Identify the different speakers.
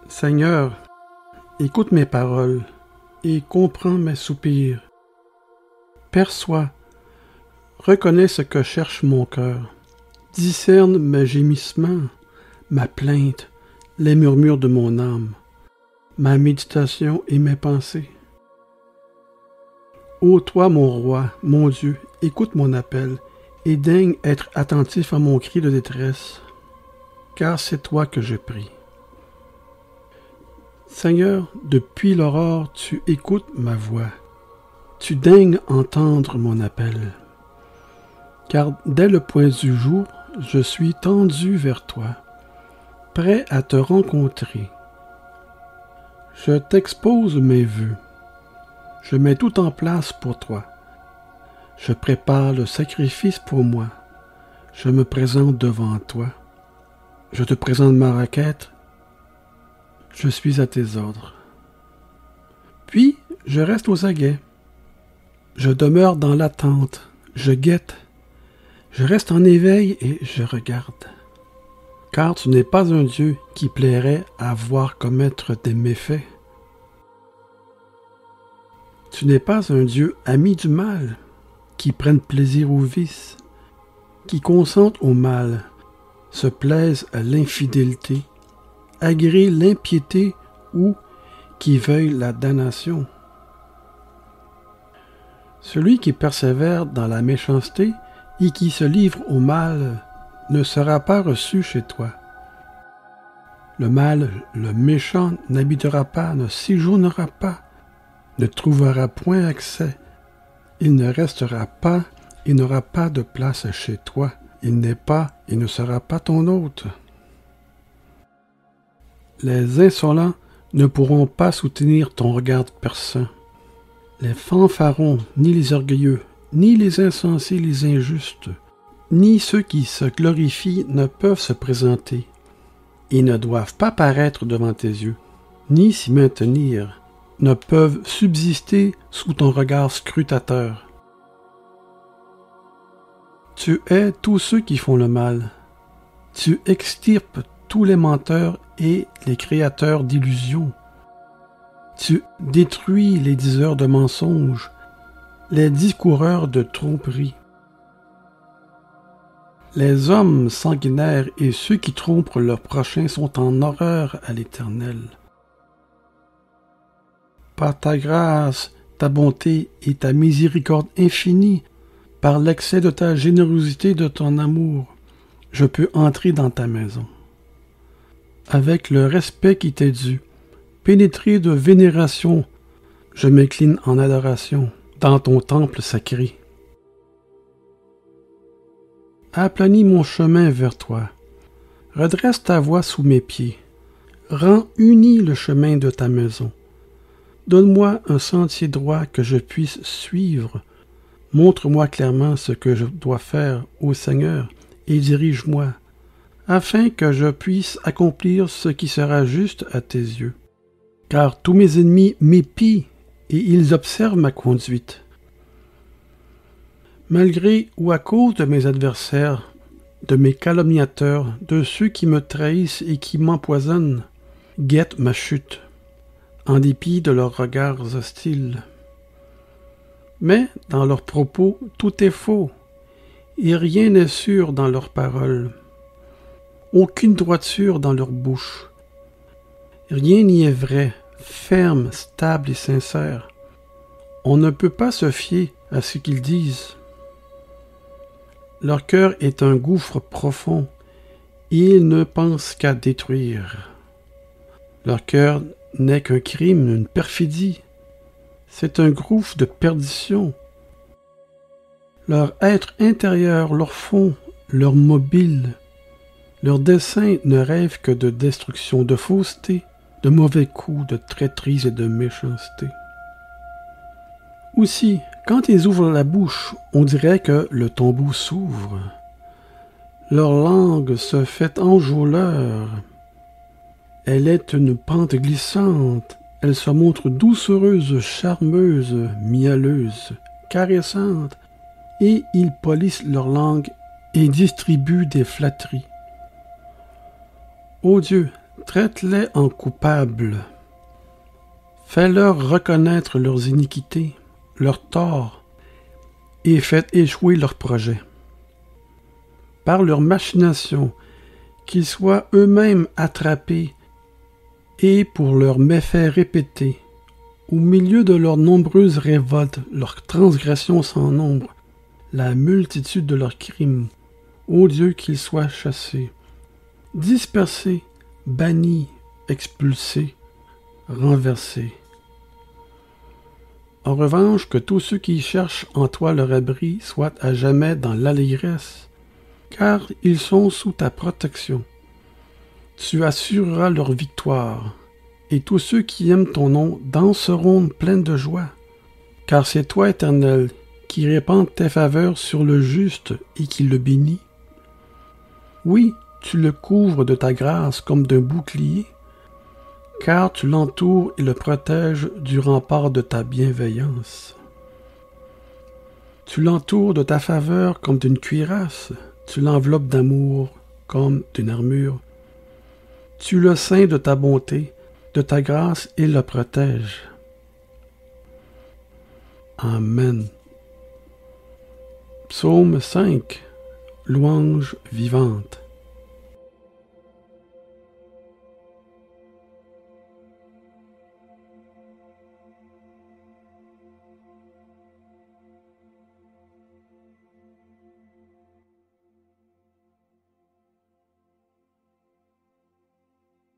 Speaker 1: Seigneur, écoute mes paroles et comprends mes soupirs. Perçois, reconnais ce que cherche mon cœur. Discerne mes gémissements, ma plainte, les murmures de mon âme, ma méditation et mes pensées. Ô toi, mon roi, mon Dieu, écoute mon appel et daigne être attentif à mon cri de détresse, car c'est toi que je prie. Seigneur, depuis l'aurore, tu écoutes ma voix. Tu daignes entendre mon appel. Car dès le point du jour, je suis tendu vers toi, prêt à te rencontrer. Je t'expose mes vœux. Je mets tout en place pour toi. Je prépare le sacrifice pour moi. Je me présente devant toi. Je te présente ma requête. Je suis à tes ordres. Puis, je reste aux aguets. Je demeure dans l'attente. Je guette. Je reste en éveil et je regarde. Car tu n'es pas un Dieu qui plairait à voir commettre des méfaits. Tu n'es pas un Dieu ami du mal, qui prenne plaisir au vice, qui consente au mal, se plaise à l'infidélité, agrée l'impiété ou qui veuille la damnation. Celui qui persévère dans la méchanceté et qui se livre au mal ne sera pas reçu chez toi. Le mal, le méchant n'habitera pas, ne séjournera pas, ne trouvera point accès. Il ne restera pas et n'aura pas de place chez toi. Il n'est pas et ne sera pas ton hôte. Les insolents ne pourront pas soutenir ton regard perçant. Les fanfarons, ni les orgueilleux, ni les insensés, les injustes, ni ceux qui se glorifient ne peuvent se présenter, et ne doivent pas paraître devant tes yeux, ni s'y maintenir, ne peuvent subsister sous ton regard scrutateur. Tu hais tous ceux qui font le mal. Tu extirpes tous les menteurs et les créateurs d'illusions. Tu détruis les diseurs de mensonges, les discoureurs de tromperies. Les hommes sanguinaires et ceux qui trompent leur prochain sont en horreur à l'Éternel. Par ta grâce, ta bonté et ta miséricorde infinie, par l'excès de ta générosité et de ton amour, je peux entrer dans ta maison. Avec le respect qui t'est dû, pénétré de vénération, je m'incline en adoration dans ton temple sacré. Aplanis mon chemin vers toi, redresse ta voie sous mes pieds, rends uni le chemin de ta maison. Donne-moi un sentier droit que je puisse suivre. Montre-moi clairement ce que je dois faire, ô Seigneur, et dirige-moi, afin que je puisse accomplir ce qui sera juste à tes yeux. Car tous mes ennemis m'épient et ils observent ma conduite. Malgré ou à cause de mes adversaires, de mes calomniateurs, de ceux qui me trahissent et qui m'empoisonnent, guettent ma chute, en dépit de leurs regards hostiles. Mais dans leurs propos, tout est faux, et rien n'est sûr dans leurs paroles. Aucune droiture dans leur bouche. Rien n'y est vrai, ferme, stable et sincère. On ne peut pas se fier à ce qu'ils disent. Leur cœur est un gouffre profond, et ils ne pensent qu'à détruire. Leur cœur n'est qu'un crime, une perfidie. C'est un gouffre de perdition. Leur être intérieur, leur fond, leur mobile, leur dessein ne rêve que de destruction, de fausseté, de mauvais coups, de traîtrise et de méchanceté. Aussi, quand ils ouvrent la bouche, on dirait que le tombeau s'ouvre. Leur langue se fait enjôleur. Elle est une pente glissante. Elle se montre doucereuse, charmeuse, mielleuse, caressante, et ils polissent leur langue et distribuent des flatteries. Ô Dieu, Traite-les en coupables. Fais-leur reconnaître leurs iniquités, leurs torts, et fais échouer leurs projets. Par leurs machinations, qu'ils soient eux-mêmes attrapés, et pour leurs méfaits répétés, au milieu de leurs nombreuses révoltes, leurs transgressions sans nombre, la multitude de leurs crimes, ô Dieu qu'ils soient chassés, dispersés, bannis, expulsés, renversés. En revanche, que tous ceux qui cherchent en toi leur abri soient à jamais dans l'allégresse, car ils sont sous ta protection. Tu assureras leur victoire, et tous ceux qui aiment ton nom danseront pleins de joie, car c'est toi, Éternel, qui répands tes faveurs sur le juste et qui le bénit. Oui, tu le couvres de ta grâce comme d'un bouclier, car tu l'entoures et le protèges du rempart de ta bienveillance. Tu l'entoures de ta faveur comme d'une cuirasse, tu l'enveloppes d'amour comme d'une armure. Tu le ceins de ta bonté, de ta grâce et le protèges. Amen. Psaume 5. Louange vivante.